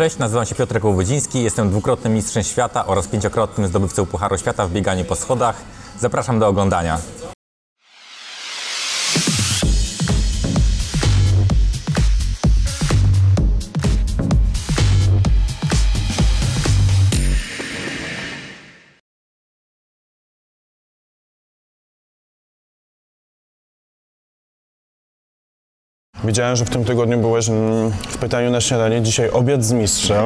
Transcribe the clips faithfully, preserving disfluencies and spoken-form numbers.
Cześć, nazywam się Piotrek Łowodziński, jestem dwukrotnym mistrzem świata oraz pięciokrotnym zdobywcą Pucharu Świata w bieganiu po schodach. Zapraszam do oglądania. Widziałem, że w tym tygodniu byłeś w pytaniu na śniadanie, dzisiaj obiad z mistrzem.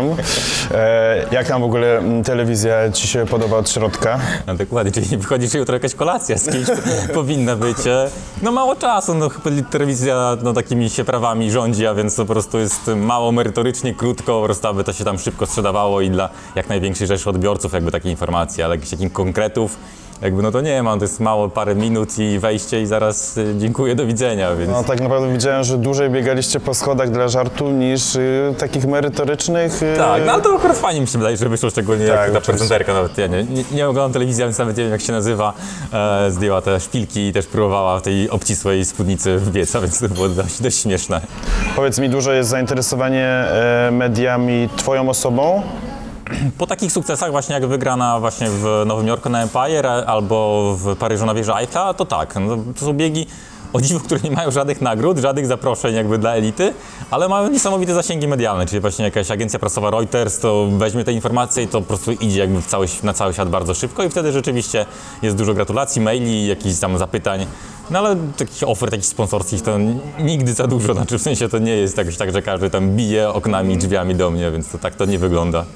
E, jak tam w ogóle telewizja Ci się podoba od środka? No dokładnie, czyli wychodzi, że jutro jakaś kolacja z kimś powinna być. No mało czasu, no chyba telewizja no, takimi się prawami rządzi, a więc to po prostu jest mało merytorycznie, krótko, po prostu aby to się tam szybko sprzedawało i dla jak największej rzeszy odbiorców jakby takie informacje, ale jakichś takich konkretów jakby no to nie ma, to jest mało parę minut i wejście i zaraz y, dziękuję, do widzenia, więc... No tak naprawdę widziałem, że dłużej biegaliście po schodach dla żartu niż y, takich merytorycznych... Y... Tak, no ale to akurat fajnie mi się wydaje, że wyszło, szczególnie tak, jak ta oczywiście. prezenterka, nawet ja nie, nie, nie oglądam telewizji, więc nawet nie wiem jak się nazywa, e, zdjęła te szpilki i też próbowała w tej obcisłej spódnicy wbiec, a więc to było dość, dość śmieszne. Powiedz mi, dużo jest zainteresowanie e, mediami Twoją osobą? Po takich sukcesach właśnie jak wygrana właśnie w Nowym Jorku na Empire albo w Paryżu na wieży Eiffla, to tak, no, to są biegi o dziwo, które nie mają żadnych nagród, żadnych zaproszeń jakby dla elity, ale mają niesamowite zasięgi medialne, czyli właśnie jakaś agencja prasowa Reuters to weźmie te informacje i to po prostu idzie jakby w cały, na cały świat bardzo szybko i wtedy rzeczywiście jest dużo gratulacji, maili, jakichś tam zapytań. No ale takich ofert, takich sponsorskich to nigdy za dużo, znaczy w sensie to nie jest jakoś tak, że każdy tam bije oknami, drzwiami do mnie, więc to tak to nie wygląda.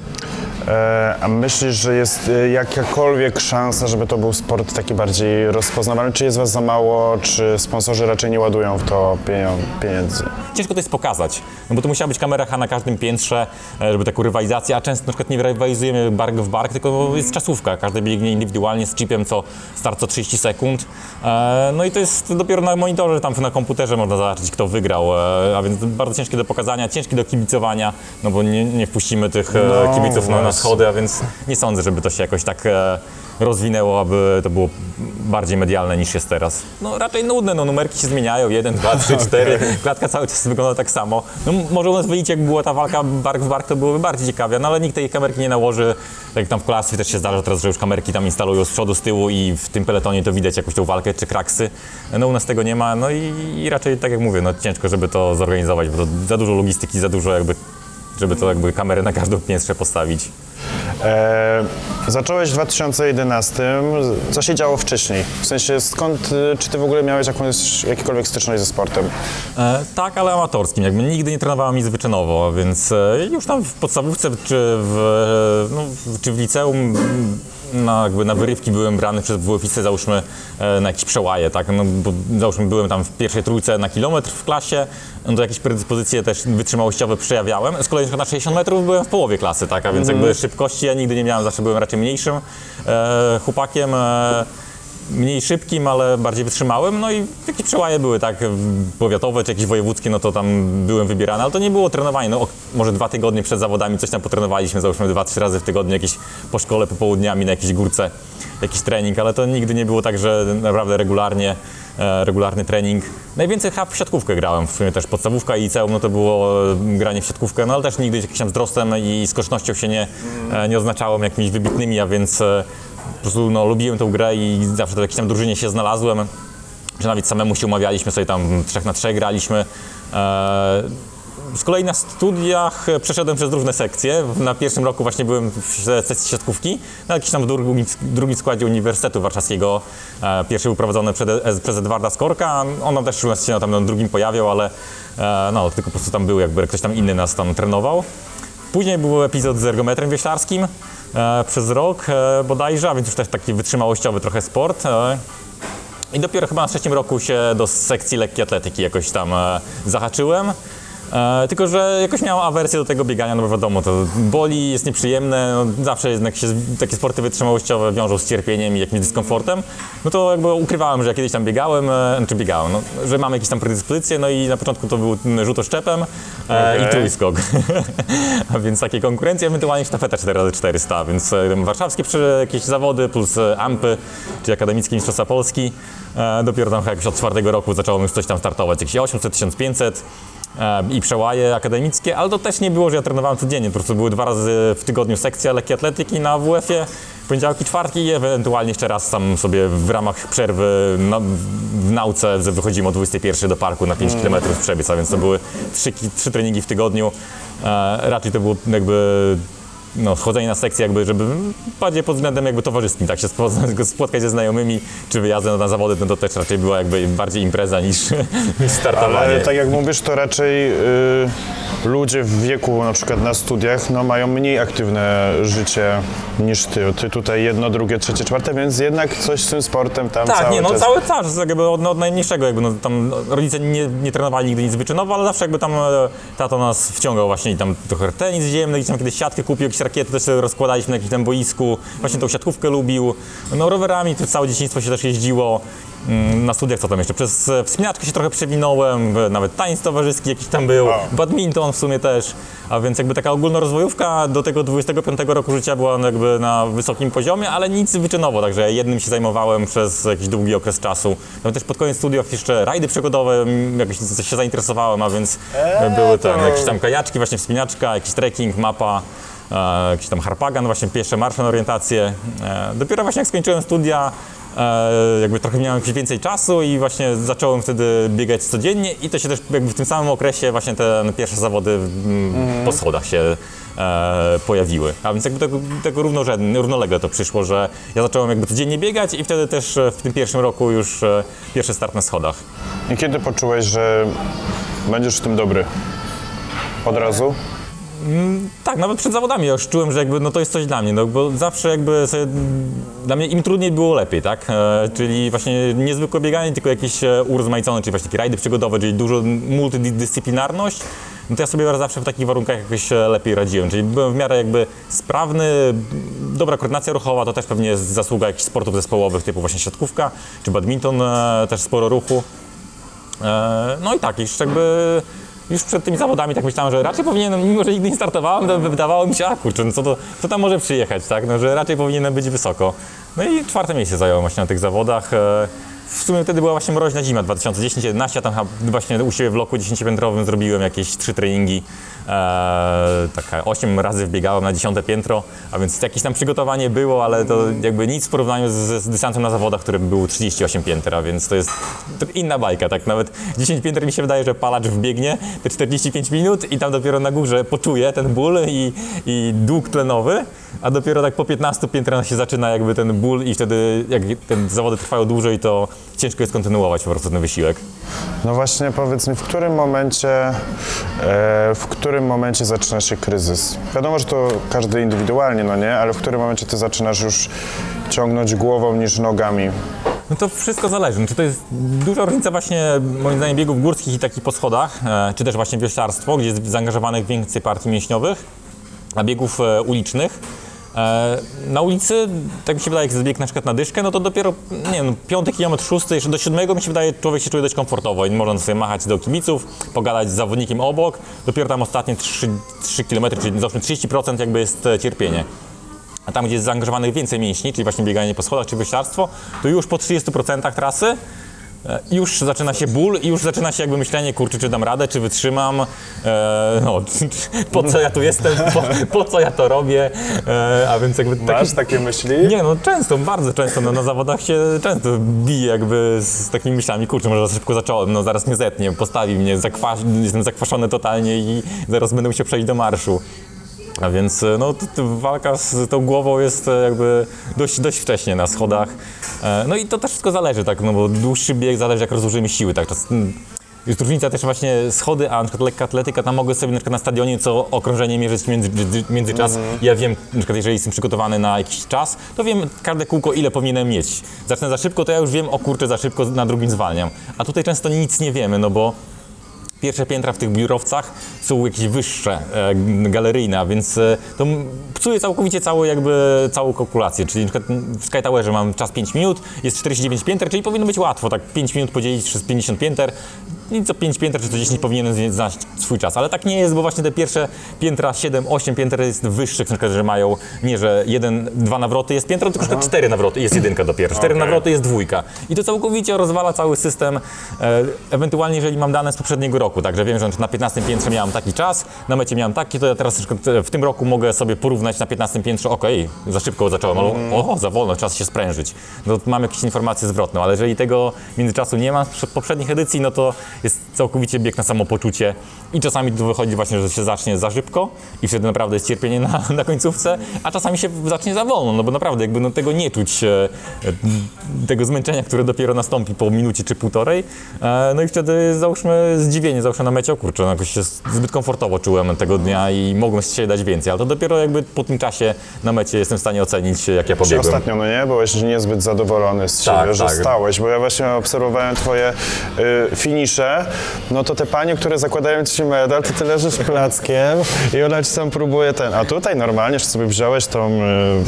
E, a myślisz, że jest e, jakakolwiek szansa, żeby to był sport taki bardziej rozpoznawalny? Czy jest was za mało, czy sponsorzy raczej nie ładują w to pieniędzy? Ciężko to jest pokazać, no bo to musiała być kamera na każdym piętrze, żeby taką rywalizację, a często na przykład nie rywalizujemy bark w bark, tylko jest czasówka, każdy biegnie indywidualnie z chipem, co start co trzydzieści sekund, e, no i to jest dopiero na monitorze, tam na komputerze można zobaczyć, kto wygrał, e, a więc bardzo ciężkie do pokazania, ciężkie do kibicowania, no bo nie, nie wpuścimy tych e, No, kibiców na, na właśnie. schody, a więc nie sądzę, żeby to się jakoś tak e, rozwinęło, aby to było bardziej medialne niż jest teraz. No raczej nudne, no numerki się zmieniają, jeden, dwa, trzy, cztery, klatka cały czas wygląda tak samo. No może u nas wyjdzie, jak była ta walka bark w bark, to byłoby bardziej ciekawie, no ale nikt tej kamerki nie nałoży, tak jak tam w kolarstwie też się zdarza teraz, że już kamerki tam instalują z przodu, z tyłu i w tym peletonie to widać jakąś tą walkę czy kraksy. No u nas tego nie ma, no i, i raczej tak jak mówię, no ciężko, żeby to zorganizować, bo to za dużo logistyki, za dużo jakby, żeby to jakby kamerę na każdą piętrze postawić. E, zacząłeś w dwa tysiące jedenastym. Co się działo wcześniej? W sensie skąd, czy ty w ogóle miałeś jakąś, jakiekolwiek styczność ze sportem? E, tak, ale amatorskim. Jakby nigdy nie trenowałem nic wyczynowo, więc e, już tam w podstawówce czy w, no, czy w liceum na, jakby na wyrywki byłem brany przez W F I C, załóżmy e, na jakieś przełaje, tak? No, bo załóżmy byłem tam w pierwszej trójce na kilometr w klasie, no to jakieś predyspozycje też wytrzymałościowe przejawiałem. Z kolei na sześćdziesiąt metrów byłem w połowie klasy, tak? A więc mm. jakby szybkości ja nigdy nie miałem, zawsze byłem raczej mniejszym e, chłopakiem. E, mniej szybkim, ale bardziej wytrzymałym, no i jakieś przełaje były, tak, powiatowe czy jakieś wojewódzkie, no to tam byłem wybierany, ale to nie było trenowanie, no może dwa tygodnie przed zawodami coś tam potrenowaliśmy, załóżmy dwa, trzy razy w tygodniu, jakieś po szkole, popołudniami na jakiejś górce, jakiś trening, ale to nigdy nie było tak, że naprawdę regularnie, e, regularny trening. Najwięcej chyba w siatkówkę grałem, w sumie też podstawówka i liceum, no to było granie w siatkówkę, no ale też nigdy jakimś tam wzrostem i skocznością się nie, e, nie oznaczałem jakimiś wybitnymi, a więc e, po prostu no, lubiłem tę grę i zawsze w jakiejś tam drużynie się znalazłem, że nawet samemu się umawialiśmy, sobie tam trzech na trzech graliśmy. Eee, z kolei na studiach przeszedłem przez różne sekcje. Na pierwszym roku właśnie byłem w sekcji siatkówki, na jakimś tam drugim, drugim składzie Uniwersytetu Warszawskiego. E, pierwszy był prowadzony przez, przez Edwarda Skorka, on też u nas się tam na drugim pojawiał, ale e, no, tylko po prostu tam był, jakby ktoś tam inny nas tam trenował. Później był epizod z ergometrem wioślarskim e, przez rok e, bodajże, a więc już też taki wytrzymałościowy trochę sport. E, I dopiero chyba na trzecim roku się do sekcji lekkiej atletyki jakoś tam e, zahaczyłem. E, tylko, że jakoś miałem awersję do tego biegania, no bo wiadomo, to boli, jest nieprzyjemne, no zawsze jednak się takie sporty wytrzymałościowe wiążą z cierpieniem i jakimś dyskomfortem. No to jakby ukrywałem, że ja kiedyś tam biegałem, e, czy biegałem, no, że mam jakieś tam predyspozycje, no i na początku to był rzut oszczepem e, Okay. i trójskok. A więc takie konkurencje, ewentualnie sztafeta cztery razy czterysta, więc e, warszawskie jakieś zawody plus e, ampy, czy akademickie mistrzostwa Polski. E, dopiero tam chyba jakoś od czwartego roku zacząłem już coś tam startować, jakieś osiemset, tysiąc pięćset. e, i przełaje akademickie, ale to też nie było, że ja trenowałem codziennie, po prostu były dwa razy w tygodniu sekcja lekkiej atletyki na W F-ie, poniedziałki, czwartki i ewentualnie jeszcze raz tam sobie w ramach przerwy na, w nauce wychodzimy o dwudziestej pierwszej do parku na pięć kilometrów przebiec, a więc to były trzy, trzy treningi w tygodniu. E, raczej to było jakby no, chodzenie na sekcję jakby, żeby bardziej pod względem jakby towarzyskim, tak się spo- spotkać ze znajomymi, czy wyjazdy na zawody, no to też raczej była jakby bardziej impreza niż, niż startowanie. Ale tak jak mówisz, to raczej y, ludzie w wieku na przykład na studiach no, mają mniej aktywne życie niż ty. Ty tutaj jedno, drugie, trzecie, czwarte, więc jednak coś z tym sportem tam Tak, cały nie, no czas. cały czas, jakby od, od najmniejszego, jakby no, tam rodzice nie, nie trenowali nigdy nic wyczynowo, ale zawsze jakby tam e, tato nas wciągał właśnie i tam trochę tenis ziemny, gdzieś tam kiedyś siatkę kupił, jakieś rakiety też sobie rozkładaliśmy na jakimś tam boisku, właśnie tą siatkówkę lubił, no rowerami to całe dzieciństwo się też jeździło. Mm, Na studiach co tam jeszcze, przez e, wspinaczkę się trochę przewinąłem, w- nawet tańc towarzyski jakiś tam był, O. badminton w sumie też, a więc jakby taka ogólnorozwojówka do tego dwudziestego piątego roku życia była no jakby na wysokim poziomie, ale nic wyczynowo, także jednym się zajmowałem przez jakiś długi okres czasu. Tam też pod koniec studiów jeszcze rajdy przygodowe, mm, jakoś się zainteresowałem, a więc Eee, były to- tam jakieś tam kajaczki, właśnie wspinaczka, jakiś trekking, mapa, e, jakiś tam harpagan, właśnie piesze marsze na orientację. E, dopiero właśnie jak skończyłem studia, e, jakby trochę miałem jakieś więcej czasu i właśnie zacząłem wtedy biegać codziennie i to się też jakby w tym samym okresie właśnie te pierwsze zawody mm, po schodach się e, pojawiły. A więc jakby tego, tego równorzędnie, równolegle to przyszło, że ja zacząłem jakby codziennie biegać i wtedy też e, w tym pierwszym roku już e, pierwszy start na schodach. I kiedy poczułeś, że będziesz w tym dobry? Od razu? Tak, nawet przed zawodami ja już czułem, że jakby no to jest coś dla mnie, no bo zawsze jakby sobie, dla mnie im trudniej było lepiej, tak? E, czyli właśnie niezwykłe bieganie, tylko jakieś e, urozmaicone, czyli właśnie takie rajdy przygodowe, czyli dużo multidyscyplinarność. No to ja sobie zawsze w takich warunkach jakoś e, lepiej radziłem, czyli byłem w miarę jakby sprawny, dobra koordynacja ruchowa, to też pewnie jest zasługa jakichś sportów zespołowych typu właśnie siatkówka, czy badminton, e, też sporo ruchu. E, no i tak, już jakby już przed tymi zawodami tak myślałem, że raczej powinienem, mimo że nigdy nie startowałem, to wydawało mi się, a kurczę, no co, to, co tam może przyjechać, tak, no, że raczej powinienem być wysoko. No i czwarte miejsce zająłem właśnie na tych zawodach. E, W sumie wtedy była właśnie mroźna zima, dwa tysiące dziesiąty jedenasty, ja tam chyba właśnie u siebie w bloku dziesięciopiętrowym zrobiłem jakieś trzy treningi, e, taka osiem razy wbiegałem na dziesiąte piętro, a więc jakieś tam przygotowanie było, ale to jakby nic w porównaniu z, z dystansem na zawodach, który był trzydzieści osiem pięter, a więc to jest to inna bajka, tak, nawet dziesięć pięter mi się wydaje, że palacz wbiegnie te czterdzieści pięć minut i tam dopiero na górze poczuje ten ból i, i dług tlenowy, a dopiero tak po piętnastu piętrach się zaczyna jakby ten ból i wtedy jak te zawody trwają dłużej, to ciężko jest kontynuować po prostu ten wysiłek. No właśnie, powiedz mi, w którym momencie, e, w którym momencie zaczyna się kryzys? Wiadomo, że to każdy indywidualnie, no nie, ale w którym momencie ty zaczynasz już ciągnąć głową niż nogami? No to wszystko zależy. Czy to jest duża różnica właśnie moim zdaniem biegów górskich i takich po schodach, e, czy też właśnie wioślarstwo, gdzie jest zaangażowanych więcej partii mięśniowych, a biegów e, ulicznych. E, na ulicy, tak mi się wydaje, jak jest bieg na przykład na dyszkę, no to dopiero, nie wiem, piąty kilometr, szósty, jeszcze do siódmego mi się wydaje, człowiek się czuje dość komfortowo i można sobie machać do kibiców, pogadać z zawodnikiem obok, dopiero tam ostatnie trzy kilometry, czyli załóżmy trzydzieści procent jakby jest e, cierpienie. A tam, gdzie jest zaangażowanych więcej mięśni, czyli właśnie bieganie po schodach czy wyślarstwo, to już po trzydziestu procentach trasy e, już zaczyna się ból i już zaczyna się jakby myślenie, kurczę, czy dam radę, czy wytrzymam, e, no, po co ja tu jestem, po, po co ja to robię, e, a więc jakby taki, takie myśli? nie no, często, bardzo często, no, na zawodach się często bije jakby z takimi myślami, kurczę, może za szybko zacząłem, no zaraz mnie zetnie, postawi mnie, zakwas, jestem zakwaszony totalnie i zaraz będę musiał przejść do marszu. A więc no, to, to walka z tą głową jest e, jakby dość, dość wcześnie na schodach. E, no i to też wszystko zależy, tak, no bo dłuższy bieg zależy, jak rozłożymy siły, tak. Czas, mm, jest różnica też właśnie schody, a na przykład lekka atletyka, tam mogę sobie na przykład na stadionie co okrążenie mierzyć między, międzyczas. Mhm. Ja wiem, na przykład jeżeli jestem przygotowany na jakiś czas, to wiem każde kółko ile powinienem mieć. Zacznę za szybko, to ja już wiem, o kurczę, za szybko na drugim zwalniam. A tutaj często nic nie wiemy, no bo pierwsze piętra w tych biurowcach są jakieś wyższe, e, galeryjne, więc e, to m- psuje całkowicie cały, jakby, całą kalkulację. Czyli na przykład w Sky Towerze mam czas pięć minut, jest czterdzieści dziewięć pięter, czyli powinno być łatwo, tak pięć minut podzielić przez pięćdziesiąt pięter. i co pięć pięter czy co dziesięć powinienem znać swój czas, ale tak nie jest, bo właśnie te pierwsze piętra, siedem, osiem pięter jest wyższych, na przykład, że mają nie, że jeden, dwa nawroty jest piętro, tylko że cztery nawroty jest jedynka dopiero, cztery Okay. nawroty jest dwójka i to całkowicie rozwala cały system, e, ewentualnie jeżeli mam dane z poprzedniego roku, także wiem, że na piętnastym piętrze miałem taki czas, na mecie miałem taki, to ja teraz na przykład w tym roku mogę sobie porównać na piętnastym piętrze, okej, okay, za szybko zacząłem, ale o, za wolno, czas się sprężyć. No, mam jakąś informację zwrotną, ale jeżeli tego międzyczasu nie ma z poprzednich edycji, no to jest całkowicie bieg na samopoczucie i czasami tu wychodzi właśnie, że się zacznie za szybko i wtedy naprawdę jest cierpienie na, na końcówce, a czasami się zacznie za wolno, no bo naprawdę jakby no, tego nie czuć, e, tego zmęczenia, które dopiero nastąpi po minucie czy półtorej, e, no i wtedy załóżmy zdziwienie, załóżmy na mecie, o kurczę, no jakoś się zbyt komfortowo czułem tego dnia i mogłem się dać więcej, ale to dopiero jakby po tym czasie na mecie jestem w stanie ocenić, jak ja Czy pobiegłem. ostatnio, no nie? Byłeś niezbyt zadowolony z Tak, siebie, że tak. stałeś, bo ja właśnie obserwowałem twoje y, finisze, no to te panie, które zakładają ci medal, to ty leżysz plackiem i ona ci tam próbuje ten, a tutaj normalnie, że sobie wziąłeś tą y,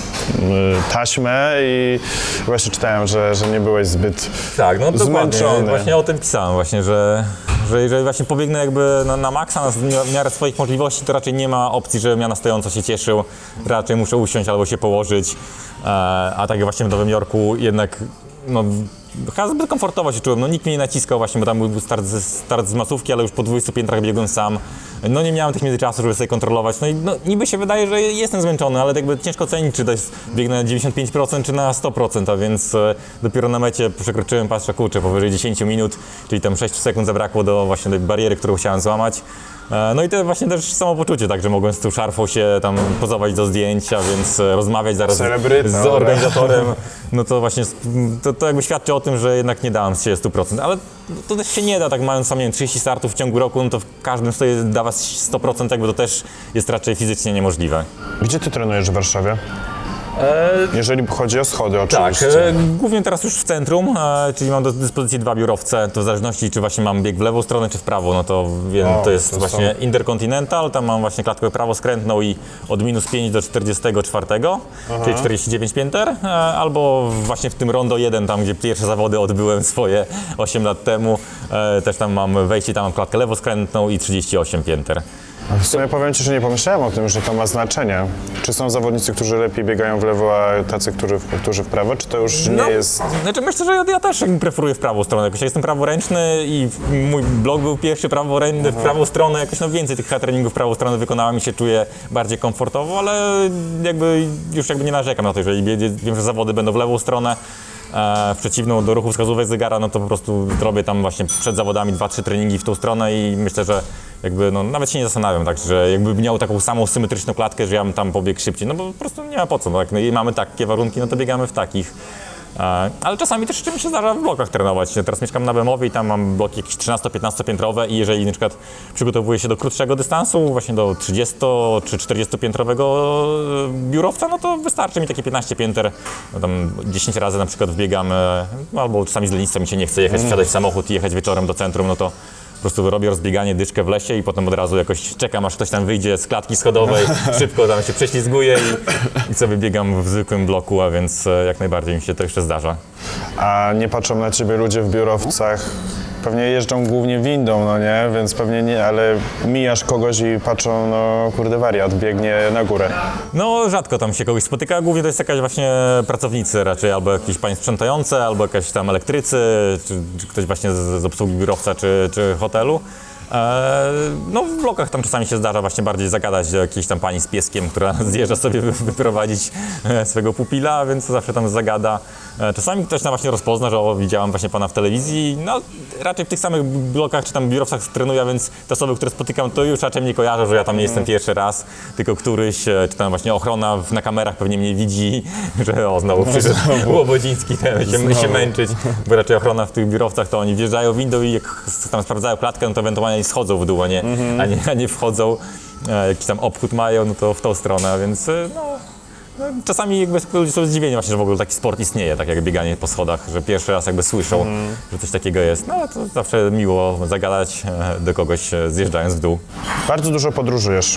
y, taśmę i właśnie czytałem, że, że nie byłeś zbyt Tak, no dokładnie. zmęczony. Właśnie o tym pisałem właśnie, że, że jeżeli właśnie pobiegnę jakby na, na maksa, na w miarę swoich możliwości, to raczej nie ma opcji, żebym ja na stojąco się cieszył. Raczej muszę usiąść albo się położyć. E, a tak jak właśnie w Nowym Jorku jednak no, chyba zbyt komfortowo się czułem. No, nikt mnie nie naciskał właśnie, bo tam był start z, start z masówki, ale już po dwudziestu piętrach biegłem sam. No nie miałem tych międzyczasu, żeby sobie kontrolować. No i no, niby się wydaje, że jestem zmęczony, ale jakby ciężko ocenić, czy to jest bieg na dziewięćdziesiąt pięć procent, czy na sto procent, a więc e, dopiero na mecie przekroczyłem, patrzę, kurczę, powyżej dziesięć minut, czyli tam sześć sekund zabrakło do właśnie tej bariery, którą chciałem złamać. E, no i to właśnie też samopoczucie, tak, że mogłem z tą szarfą się tam pozować do zdjęcia, więc e, rozmawiać zaraz Celebryta, z ale- organizatorem. No to właśnie to, to jakby świadczy o tym, że jednak nie dałem z siebie stu procent, ale to też się nie da, tak mając sam, nie wiem, trzydzieści startów w ciągu roku, no to w każdym sobie dawać sto procent, jakby to też jest raczej fizycznie niemożliwe. Gdzie ty trenujesz w Warszawie? Jeżeli chodzi o schody Tak, oczywiście. e, głównie teraz już w centrum, e, czyli mam do dyspozycji dwa biurowce, to w zależności czy właśnie mam bieg w lewą stronę czy w prawo, no to wiem, O, to jest to właśnie są- Intercontinental, tam mam właśnie klatkę prawoskrętną i od minus pięć do czterdziestego czwartego, czyli czterdzieści dziewięć pięter, e, albo właśnie w tym Rondo jeden, tam gdzie pierwsze zawody odbyłem swoje osiem lat temu, e, też tam mam wejście, tam mam klatkę lewoskrętną i trzydzieści osiem pięter. W sumie powiem ci, że nie pomyślałem o tym, że to ma znaczenie. Czy są zawodnicy, którzy lepiej biegają w lewo, a tacy, którzy, którzy w prawo, czy to już nie No, jest... Znaczy myślę, że ja, ja też jakby preferuję w prawą stronę. Jakoś ja jestem praworęczny i mój blog był pierwszy praworęczny w prawą stronę. Jakoś no więcej tych treningów w prawą stronę wykonałem i się czuję bardziej komfortowo, ale jakby już jakby nie narzekam na to, jeżeli wie- wiem, że zawody będą w lewą stronę. E, w przeciwną do ruchu wskazówek zegara, no to po prostu robię tam właśnie przed zawodami dwa trzy treningi w tą stronę i myślę, że jakby no nawet się nie zastanawiam, tak, że jakby miał taką samą symetryczną klatkę, że ja bym tam pobiegł szybciej, no bo po prostu nie ma po co, no jak no, i mamy takie warunki, no to biegamy w takich. E, ale czasami też czymś się zdarza w blokach trenować. Teraz mieszkam na Bemowie i tam mam bloki jakieś trzynasto-piętnasto piętrowe i jeżeli na przykład przygotowuję się do krótszego dystansu, właśnie do trzydziesto czy czterdziesto piętrowego biurowca, no to wystarczy mi takie piętnaście pięter, no tam dziesięć razy na przykład wbiegamy, no albo czasami z lenistwa mi się nie chce jechać, wsiadać w samochód i jechać wieczorem do centrum, no to po prostu robię rozbieganie, dyszkę w lesie i potem od razu jakoś czekam, aż ktoś tam wyjdzie z klatki schodowej, szybko tam się prześlizguję i, i sobie biegam w zwykłym bloku, a więc e, jak najbardziej mi się to jeszcze zdarza. A nie patrzą na ciebie ludzie w biurowcach? Pewnie jeżdżą głównie windą, no nie? Więc pewnie nie, ale mijasz kogoś i patrzą, no kurde wariat, biegnie na górę. No rzadko tam się kogoś spotyka, głównie to jest jakaś właśnie pracownicy raczej, albo jakieś panie sprzątające, albo jakaś tam elektrycy, czy, czy ktoś właśnie z, z obsługi biurowca, czy, czy hotelu. Eee, no w blokach tam czasami się zdarza właśnie bardziej zagadać do jakiejś tam pani z pieskiem, która zjeżdża sobie wy- wyprowadzić e, swego pupila, więc zawsze tam zagada. E, czasami ktoś tam właśnie rozpozna, że o, widziałem właśnie pana w telewizji, no raczej w tych samych blokach czy tam biurowcach trenuję, więc te osoby, które spotykam, to już raczej mnie kojarzą, że ja tam nie jestem pierwszy raz, tylko któryś, e, czy tam właśnie ochrona w, na kamerach pewnie mnie widzi, że o, znowu przyszedł Łobodziński ten, się, się męczyć, bo raczej ochrona w tych biurowcach to oni wjeżdżają windą i jak tam sprawdzają klatkę, no to ewentualnie schodzą w dół, a nie, a nie, a nie wchodzą, e, jakiś tam obchód mają, no to w tą stronę, więc e, no, no, czasami jakby ludzie są zdziwieni właśnie, że w ogóle taki sport istnieje, tak jak bieganie po schodach, że pierwszy raz jakby słyszą, że coś takiego jest, no to zawsze miło zagadać e, do kogoś e, zjeżdżając w dół. Bardzo dużo podróżujesz.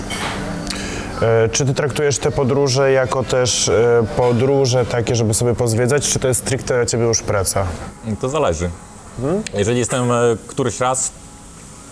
E, Czy ty traktujesz te podróże jako też e, podróże takie, żeby sobie pozwiedzać, czy to jest stricte dla ciebie już praca? To zależy. Jeżeli jestem e, któryś raz,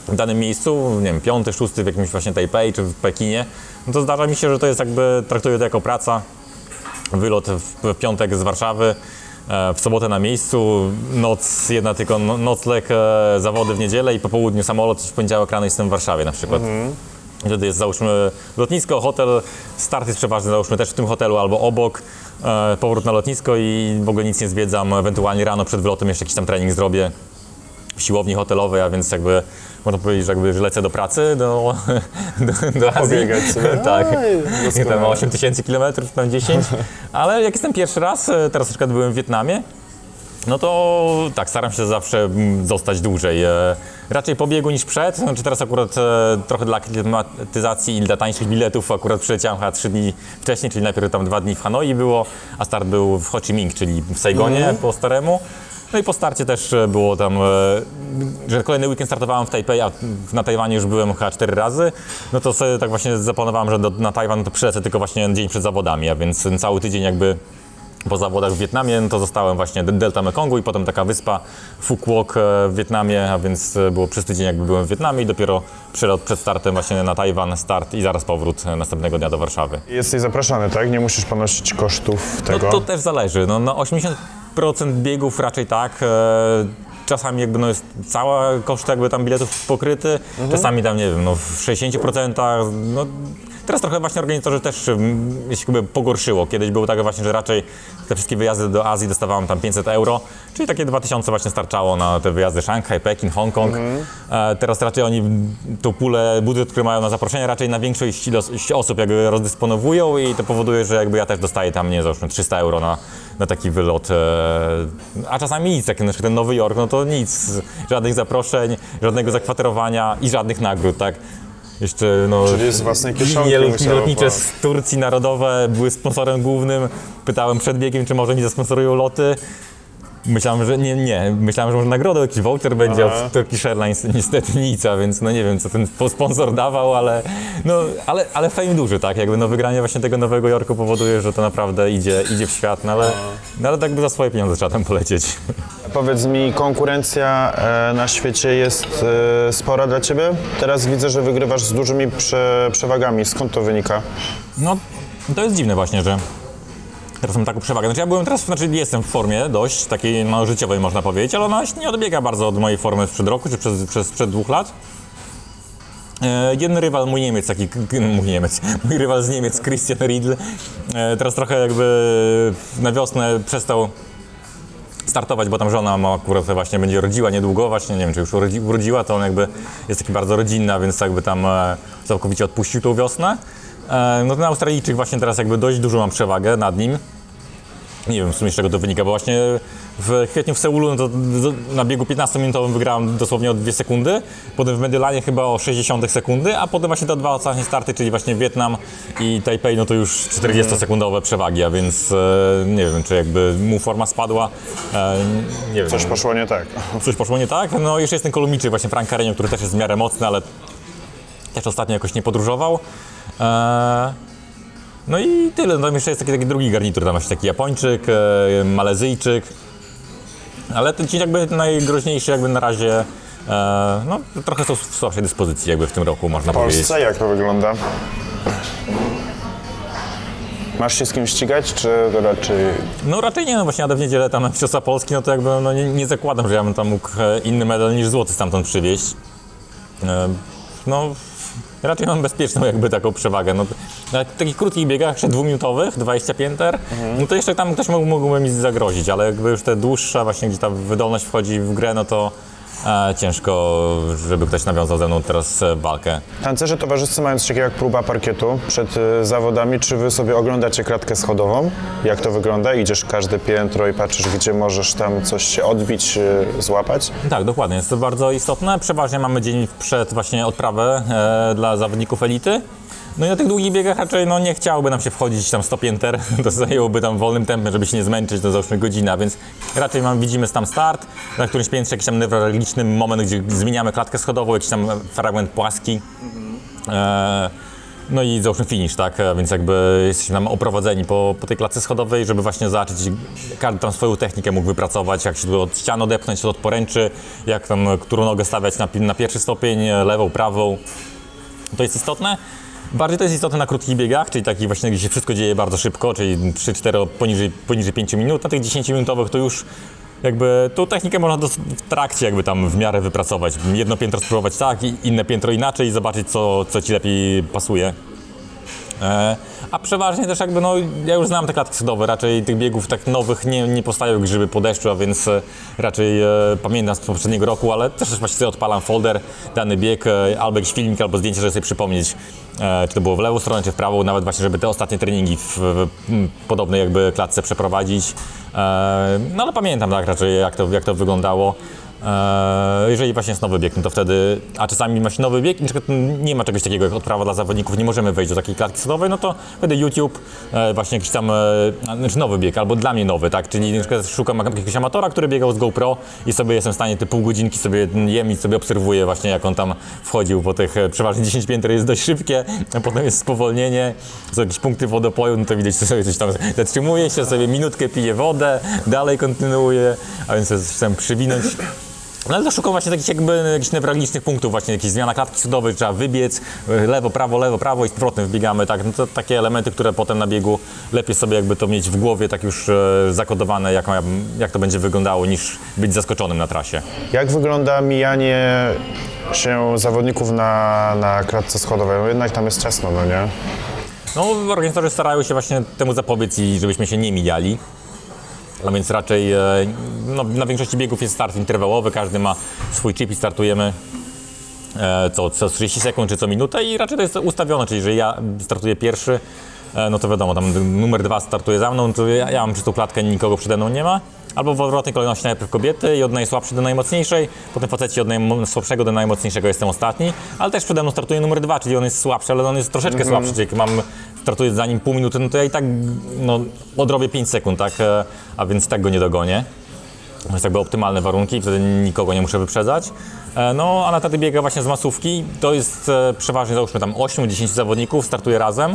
w danym miejscu, nie wiem, piąty, szósty w jakimś właśnie Tajpej czy w Pekinie, no to zdarza mi się, że to jest jakby, traktuję to jako praca. Wylot w piątek z Warszawy, w sobotę na miejscu, noc, jedna tylko no, nocleg, zawody w niedzielę i po południu samolot i w poniedziałek rano jestem w Warszawie na przykład. Mhm. Wtedy jest załóżmy lotnisko, hotel, start jest przeważnie załóżmy też w tym hotelu albo obok, powrót na lotnisko i w ogóle nic nie zwiedzam, ewentualnie rano przed wylotem jeszcze jakiś tam trening zrobię w siłowni hotelowej, a więc jakby można powiedzieć, że jakby że lecę do pracy, do, do, do Azji. Pobiegać sobie. Tak, Oj, nie tam osiem tysięcy kilometrów, tam dziesięć, ale jak jestem pierwszy raz, teraz na przykład byłem w Wietnamie, no to tak, staram się zawsze zostać dłużej. Raczej po biegu niż przed, znaczy teraz akurat trochę dla klimatyzacji i dla tańszych biletów akurat przyleciałem chyba trzy dni wcześniej, czyli najpierw tam dwa dni w Hanoi było, a start był w Ho Chi Minh, czyli w Saigonie mm. po staremu. No i po starcie też było tam, że kolejny weekend startowałem w Tajpej, a na Tajwanie już byłem chyba cztery razy, no to sobie tak właśnie zaplanowałem, że do, na Tajwan to przylecę tylko właśnie dzień przed zawodami, a więc ten cały tydzień jakby po zawodach w Wietnamie, no to zostałem właśnie Delta Mekongu i potem taka wyspa Phu Quoc w Wietnamie, a więc było przez tydzień jakby byłem w Wietnamie i dopiero przelot przed startem właśnie na Tajwan, start i zaraz powrót następnego dnia do Warszawy. Jesteś zapraszany, tak? Nie musisz ponosić kosztów tego? No to też zależy, no na osiemdziesiąt procent biegów raczej tak. Czasami jakby no jest cała koszt jakby tam biletów pokryty, mhm. czasami tam nie wiem, no w sześćdziesięciu procentach, no teraz trochę właśnie organizatorzy też się jakby pogorszyło. Kiedyś było tak właśnie, że raczej te wszystkie wyjazdy do Azji dostawałem tam pięćset euro, czyli takie dwa tysiące właśnie starczało na te wyjazdy Szanghaj, Pekin, Hongkong. Mhm. E, teraz raczej oni tą pulę, budżet, który mają na zaproszenie, raczej na większość ilość osób jakby rozdysponowują i to powoduje, że jakby ja też dostaję tam, nie załóżmy trzysta euro na, na taki wylot. E, a czasami nic, jak na przykład ten Nowy Jork, no to nic, żadnych zaproszeń, żadnego zakwaterowania i żadnych nagród, tak? Jeszcze, no, czyli z własnej kieszonki linie musiało lotnicze po... z Turcji Narodowe były sponsorem głównym. Pytałem przed biegiem, czy może mi zasponsorują loty. Myślałem, że nie, nie. Myślałem, że może nagrodę, jakiś voucher będzie Aha. od Turkish Airlines. Niestety nic, a więc no nie wiem, co ten sponsor dawał, ale no, ale, ale fame duży, tak? Jakby no wygranie właśnie tego Nowego Jorku powoduje, że to naprawdę idzie, idzie w świat, no ale, no, ale tak by za swoje pieniądze trzeba tam polecieć. Powiedz mi, konkurencja e, na świecie jest e, spora dla Ciebie? Teraz widzę, że wygrywasz z dużymi prze, przewagami. Skąd to wynika? No, to jest dziwne właśnie, że teraz mam taką przewagę. Znaczy ja byłem teraz, znaczy jestem w formie dość takiej no, życiowej można powiedzieć, ale ona nie odbiega bardzo od mojej formy sprzed roku, czy przez, przez sprzed dwóch lat. E, jeden rywal, mój Niemiec, taki, mój Niemiec, mój rywal z Niemiec, Christian Riedl, e, teraz trochę jakby na wiosnę przestał startować, bo tam żona ma akurat właśnie będzie rodziła niedługo, właśnie nie wiem, czy już urodzi, urodziła, to on jakby jest taki bardzo rodzinna, więc jakby tam e, całkowicie odpuścił tą wiosnę. E, no ten Australijczyk właśnie teraz jakby dość dużo mam przewagę nad nim. Nie wiem w sumie z czego to wynika, bo właśnie w kwietniu w Seulu no to na biegu piętnastominutowym wygrałem dosłownie o dwie sekundy, potem w Mediolanie chyba o sześćdziesiąt sekundy, a potem właśnie te dwa ostatnie starty, czyli właśnie Wietnam i Tajpej, no to już czterdziestosekundowe przewagi, a więc e, nie wiem, czy jakby mu forma spadła, e, nie wiem. Coś poszło nie tak. Coś poszło nie tak, no jeszcze jest ten Kolumiczy, właśnie Frank Carreño, który też jest w miarę mocny, ale też ostatnio jakoś nie podróżował. E, No i tyle, no tam jeszcze jest taki, taki drugi garnitur, tam właśnie taki Japończyk, e, Malezyjczyk, ale ten ci jakby najgroźniejszy jakby na razie, e, no trochę są w słabszej dyspozycji jakby w tym roku można W Polsce powiedzieć. jak to wygląda? Masz się z kim ścigać, czy raczej... No raczej nie, no właśnie jadę w niedzielę tam na Mistrzostwa Polski, no to jakby no, nie, nie zakładam, że ja bym tam mógł inny medal niż złoty stamtąd przywieźć. E, no raczej mam bezpieczną jakby taką przewagę. No, na takich krótkich biegach, jeszcze dwuminutowych, dwadzieścia pięter, mhm. no to jeszcze tam ktoś mógł, mógłby mi zagrozić, ale jakby już te dłuższe, właśnie gdzie ta wydolność wchodzi w grę, no to e, ciężko, żeby ktoś nawiązał ze mną teraz e, walkę. Tancerze towarzyscy mają coś takiego jak próba parkietu przed y, zawodami. Czy wy sobie oglądacie klatkę schodową? Jak to wygląda? Idziesz każde piętro i patrzysz, gdzie możesz tam coś się odbić, y, złapać? Tak, dokładnie. Jest to bardzo istotne. Przeważnie mamy dzień przed właśnie odprawę e, dla zawodników elity. No i na tych długich biegach raczej no, nie chciałoby nam się wchodzić tam sto pięter, to zajęłoby tam wolnym tempem, żeby się nie zmęczyć, to załóżmy godzina, więc raczej mam, widzimy tam start, na którymś piętrze jakiś tam newralgiczny moment, gdzie zmieniamy klatkę schodową, jakiś tam fragment płaski. E, No i załóżmy finish, tak? A więc jakby jesteśmy tam oprowadzeni po, po tej klatce schodowej, żeby właśnie zobaczyć, każdy tam swoją technikę mógł wypracować, jak się tu od ścian odepchnąć, to od poręczy, jak tam, którą nogę stawiać na, na pierwszy stopień, lewą, prawą. To jest istotne. Bardziej to jest istotne na krótkich biegach, czyli takich właśnie, gdzie się wszystko dzieje bardzo szybko, czyli trzy cztery poniżej, poniżej pięciu minut. Na tych dziesięciominutowych to już jakby tą technikę można dos- w trakcie jakby tam w miarę wypracować. Jedno piętro spróbować tak, i inne piętro inaczej i zobaczyć, co, co ci lepiej pasuje. E, a przeważnie też jakby, no ja już znam te klatki schodowe, raczej tych biegów tak nowych nie, nie powstają jak grzyby po deszczu, a więc e, raczej e, pamiętam z poprzedniego roku, ale też też właśnie sobie odpalam folder, dany bieg, e, albo jakiś filmik, albo zdjęcie, żeby sobie przypomnieć, e, czy to było w lewą stronę, czy w prawą, nawet właśnie, żeby te ostatnie treningi w, w, w podobnej jakby klatce przeprowadzić. E, no ale pamiętam tak raczej, jak to, jak to wyglądało. Eee, jeżeli właśnie jest nowy bieg, no to wtedy, a czasami właśnie nowy bieg, na przykład nie ma czegoś takiego jak odprawa dla zawodników, nie możemy wejść do takiej klatki schodowej, no to wtedy YouTube, e, właśnie jakiś tam, e, znaczy nowy bieg, albo dla mnie nowy, tak, czyli na przykład szukam jakiegoś amatora, który biegał z GoPro i sobie jestem w stanie te pół godzinki sobie jem i sobie obserwuję właśnie, jak on tam wchodził po tych, e, przeważnie dziesięć pięter jest dość szybkie, a potem jest spowolnienie, są jakieś punkty wodopoju, no to widać, że sobie coś tam zatrzymuje się, sobie minutkę pije wodę, dalej kontynuuje, a więc coś tam przywinąć. No ale to szukam właśnie takich jakby jakichś newralgicznych punktów, właśnie jakieś zmiana klatki schodowej, trzeba wybiec, lewo, prawo, lewo, prawo i z powrotem wbiegamy, tak, no to takie elementy, które potem na biegu lepiej sobie jakby to mieć w głowie tak już e, zakodowane, jak, jak to będzie wyglądało, niż być zaskoczonym na trasie. Jak wygląda mijanie się zawodników na, na klatce schodowej? No jednak tam jest ciasno, no nie? No organizatorzy starają się właśnie temu zapobiec i żebyśmy się nie mijali. A więc raczej e, no, na większości biegów jest start interwałowy, każdy ma swój chip i startujemy e, co, co trzydzieści sekund czy co minutę i raczej to jest ustawione, czyli jeżeli ja startuję pierwszy, e, no to wiadomo, tam numer dwa startuje za mną, to ja, ja mam czystą klatkę, nikogo przede mną nie ma. Albo w odwrotnej kolejności najpierw kobiety i od najsłabszej do najmocniejszej, potem faceci od najsłabszego do najmocniejszego jestem ostatni, ale też przede mną startuje numer dwa, czyli on jest słabszy, ale on jest troszeczkę mm. słabszy, czyli jak mam, startuję za nim pół minuty, no to ja i tak no, odrobię pięć sekund, tak, a więc tak go nie dogonię. To jest jakby optymalne warunki, wtedy nikogo nie muszę wyprzedzać. No, a na taty biega właśnie z masówki, to jest przeważnie, załóżmy tam osiem do dziesięciu zawodników, startuje razem.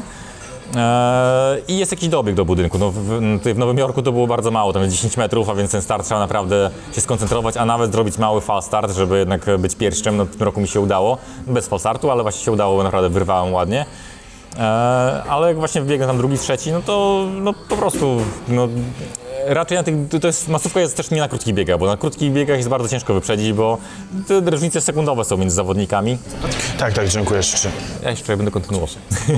Eee, I jest jakiś dobieg do budynku. No, w, w Nowym Jorku to było bardzo mało, tam jest dziesięć metrów, a więc ten start trzeba naprawdę się skoncentrować, a nawet zrobić mały fal start, żeby jednak być pierwszym. No, w tym roku mi się udało, bez fal startu, ale właśnie się udało, naprawdę wyrwałem ładnie. Eee, ale jak właśnie wbiegłem tam drugi, trzeci, no to no, po prostu no, raczej na tych, to jest, masówka jest też nie na krótkich biegach, bo na krótkich biegach jest bardzo ciężko wyprzedzić, bo te różnice sekundowe są między zawodnikami. Tak, tak, dziękuję jeszcze. Ja jeszcze będę kontynuował.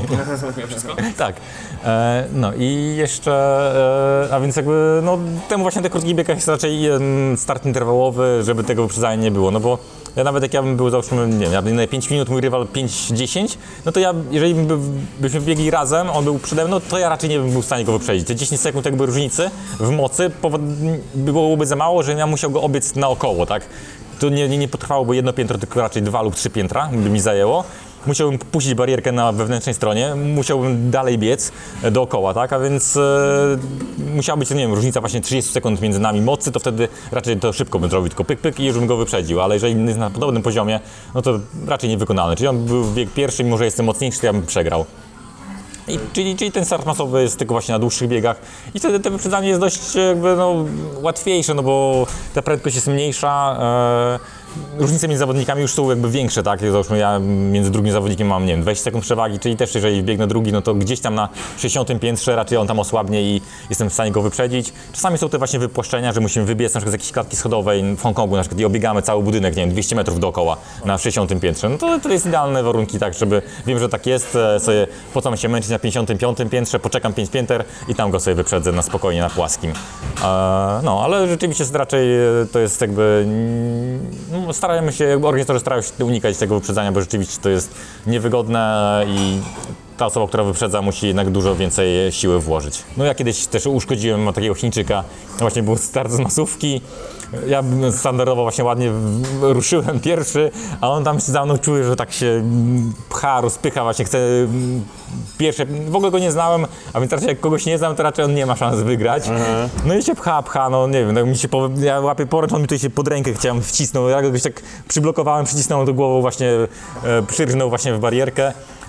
Tak. E, no i jeszcze, e, a więc jakby, no temu właśnie na krótkich biegach jest raczej e, start interwałowy, żeby tego wyprzedzania nie było, no bo ja nawet jak ja bym był, załóżmy, nie wiem, ja bym na pięć minut, mój rywal pięć dziesięć, no to ja, jeżeli by, byśmy biegli razem, on był przede mną, to ja raczej nie bym był w stanie go wyprzedzić. Te dziesięć sekund jakby różnicy w mocy byłoby za mało, że ja musiał go obiec naokoło, tak? To nie, nie, nie potrwałoby jedno piętro, tylko raczej dwa lub trzy piętra by mi zajęło. Musiałbym puścić barierkę na wewnętrznej stronie, musiałbym dalej biec dookoła, tak? A więc e, musiała być, nie wiem, różnica właśnie trzydzieści sekund między nami mocy, to wtedy raczej to szybko bym zrobił, tylko pyk, pyk i już bym go wyprzedził, ale jeżeli jest na podobnym poziomie, no to raczej niewykonalne. Czyli on był bieg pierwszy, mimo że jestem mocniejszy, to ja bym przegrał. I, czyli, czyli ten start masowy jest tylko właśnie na dłuższych biegach i wtedy to wyprzedzanie jest dość jakby no, łatwiejsze, no bo ta prędkość jest mniejsza, e, różnice między zawodnikami już są jakby większe, tak? Załóżmy ja między drugim zawodnikiem mam, nie wiem, dwadzieścia sekund przewagi, czyli też jeżeli biegnę drugi, no to gdzieś tam na sześćdziesiątym piętrze raczej on tam osłabnie i jestem w stanie go wyprzedzić. Czasami są te właśnie wypłaszczenia, że musimy wybiec na przykład z jakiejś klatki schodowej w Hongkongu na przykład i obiegamy cały budynek, nie wiem, dwieście metrów dookoła na sześćdziesiątym piętrze. No to, to jest idealne warunki, tak, żeby, wiem, że tak jest, sobie po co mam się męczyć na pięćdziesiątym piątym piętrze, poczekam pięć pięter i tam go sobie wyprzedzę na spokojnie, na płaskim. E, no, ale rzeczywiście raczej to jest jakby, no, starajmy się, organizatorzy starają się unikać tego wyprzedzania, bo rzeczywiście to jest niewygodne i ta osoba, która wyprzedza, musi jednak dużo więcej siły włożyć. No ja kiedyś też uszkodziłem takiego Chińczyka, właśnie był start z masówki, ja standardowo właśnie ładnie ruszyłem pierwszy, a on tam się za mną czuje, że tak się pcha, rozpycha, właśnie chce pierwsze, w ogóle go nie znałem, a więc raczej jak kogoś nie znam, to raczej on nie ma szans wygrać. Mhm. No i się pcha, pcha, no nie wiem, tak mi się po, ja łapię poręcz, on mi tutaj się pod rękę chciałem wcisnął, ja go tak przyblokowałem, przycisnąłem do głową, właśnie e, przyrżnął właśnie w barierkę.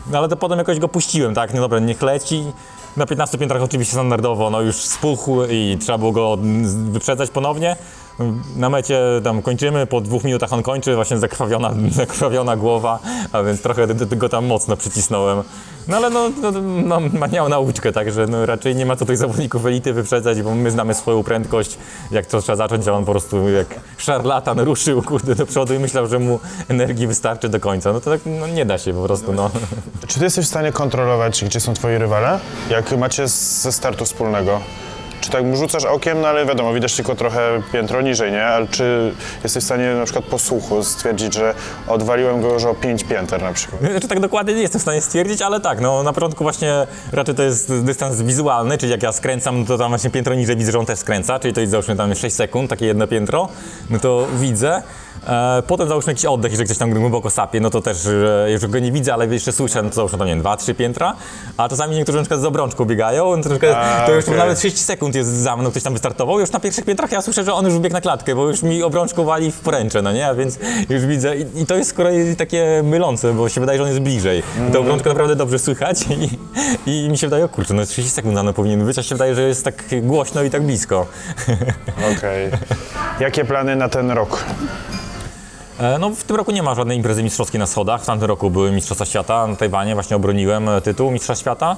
No ale to potem jakoś go puściłem, tak, no dobra, niech leci. Na piętnastu piętrach oczywiście standardowo, no już spuchł i trzeba było go wyprzedzać ponownie. Na mecie tam kończymy, po dwóch minutach on kończy, właśnie zakrwawiona, zakrwawiona głowa, a więc trochę go tam mocno przycisnąłem. No ale no, no, no ma- miał nauczkę, także no, raczej nie ma co tych zawodników elity wyprzedzać, bo my znamy swoją prędkość, jak to trzeba zacząć, a on po prostu jak szarlatan ruszył, kurde, do przodu i myślał, że mu energii wystarczy do końca. No to tak no, nie da się po prostu, no. Czy ty jesteś w stanie kontrolować, gdzie są twoi rywale? Jak macie z- ze startu wspólnego? Czy tak rzucasz okiem, no ale wiadomo, widać tylko trochę piętro niżej, nie? Ale czy jesteś w stanie na przykład po słuchu stwierdzić, że odwaliłem go już o pięć pięter na przykład? Znaczy tak dokładnie nie jestem w stanie stwierdzić, ale tak, no na początku właśnie raczej to jest dystans wizualny, czyli jak ja skręcam, to tam właśnie piętro niżej widzę, że on też skręca, czyli to jest załóżmy tam sześć sekund, takie jedno piętro, no to widzę. E, potem załóżmy jakiś oddech, jeżeli ktoś tam głęboko sapie, no to też e, już go nie widzę, ale jeszcze słyszę, no to załóżmy tam, nie wiem, dwa trzy piętra, a czasami niektórzy na przykład z obrączką biegają, no to, na przykład, A, to już okej. nawet trzydzieści sekund jest za mną, ktoś tam wystartował, już na pierwszych piętrach ja słyszę, że on już biegł na klatkę, bo już mi obrączką wali w poręcze, no nie, a więc już widzę i, i to jest z kolei takie mylące, bo się wydaje, że on jest bliżej. Mm. Tę obrączkę naprawdę dobrze słychać i, i mi się wydaje, o kurczę, no trzydzieści sekund za mną powinien być, a się wydaje, że jest tak głośno i tak blisko. Okej. Jakie plany na ten rok? E, No w tym roku nie ma żadnej imprezy mistrzowskiej na schodach. W tamtym roku były Mistrzostwa Świata na Tajwanie, właśnie obroniłem e, tytuł Mistrza Świata.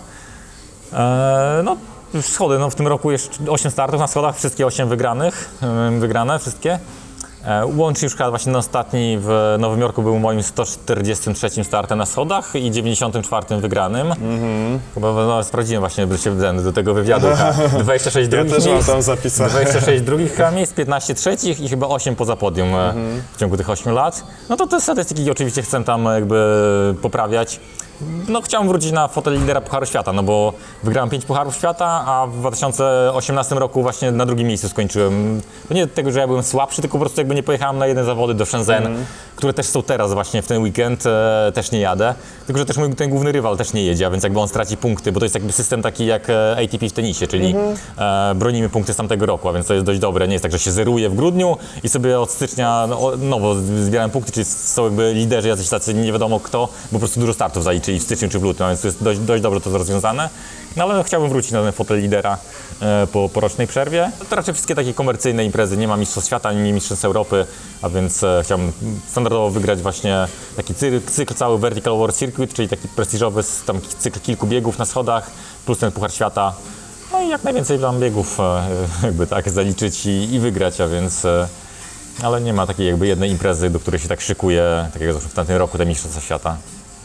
E, No schody, no w tym roku jeszcze osiem startów na schodach, wszystkie osiem wygranych, e, wygrane wszystkie. E, Łącznie już chyba właśnie na ostatni w Nowym Jorku był moim sto czterdziestym trzecim startem na schodach i dziewięćdziesiątym czwartym wygranym. Mm-hmm. Chyba no, sprawdziłem właśnie by się względy do tego wywiadu. dwadzieścia sześć Ja drugich też mam miejsc, tam zapisane. dwadzieścia sześć drugich chyba miejsc, piętnaście trzecich i chyba osiem poza podium mm-hmm. w ciągu tych ośmiu lat. No to te statystyki oczywiście chcę tam jakby poprawiać. No chciałem wrócić na fotel lidera Pucharu Świata, no bo wygrałem pięć Pucharów Świata, a w dwa tysiące osiemnastym roku właśnie na drugim miejscu skończyłem. To nie dlatego, że ja byłem słabszy, tylko po prostu jakby nie pojechałem na jedne zawody do Shenzhen, mm. które też są teraz właśnie w ten weekend, e, też nie jadę. Tylko, że też mój ten główny rywal też nie jedzie, a więc jakby on straci punkty, bo to jest jakby system taki jak e, A T P w tenisie, czyli mm. e, bronimy punkty z tamtego roku, a więc to jest dość dobre. Nie jest tak, że się zeruje w grudniu i sobie od stycznia no, o- nowo zbierałem punkty, czyli są jakby liderzy jacyś tacy nie wiadomo kto, bo po prostu dużo startów zaliczyli w styczniu czy w lutym, a więc to jest dość, dość dobrze to rozwiązane. No ale chciałbym wrócić na ten fotel lidera e, po, po rocznej przerwie. To raczej wszystkie takie komercyjne imprezy, nie ma Mistrzostw Świata, ani Mistrzostw Europy, a więc e, chciałbym standardowo wygrać właśnie taki cykl, cykl cały Vertical World Circuit, czyli taki prestiżowy tam cykl kilku biegów na schodach, plus ten Puchar Świata. No i jak najwięcej tam biegów e, jakby tak zaliczyć i, i wygrać, a więc... E, ale nie ma takiej jakby jednej imprezy, do której się tak szykuje, tak jak w tamtym roku te Mistrzostwa Świata.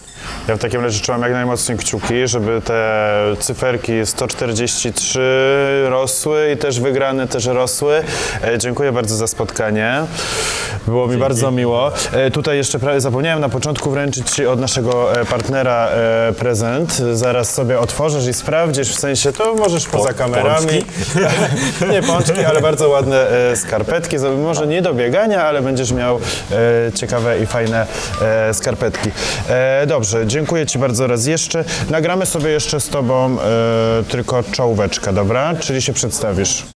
Ja w takim razie trzymam jak najmocniej kciuki, żeby te cyferki sto czterdzieści trzy rosły i też wygrane też rosły. E, dziękuję bardzo za spotkanie. Było mi bardzo miło. E, tutaj jeszcze prawie zapomniałem na początku wręczyć Ci od naszego e, partnera e, prezent. Zaraz sobie otworzysz i sprawdzisz, w sensie to możesz poza kamerami. Nie pączki, ale bardzo ładne e, skarpetki. Może nie do biegania, ale będziesz miał e, ciekawe i fajne e, skarpetki. E, dobrze, dziękuję Ci bardzo raz jeszcze. Nagramy sobie jeszcze z Tobą e, tylko czołóweczkę, dobra? Czyli się przedstawisz.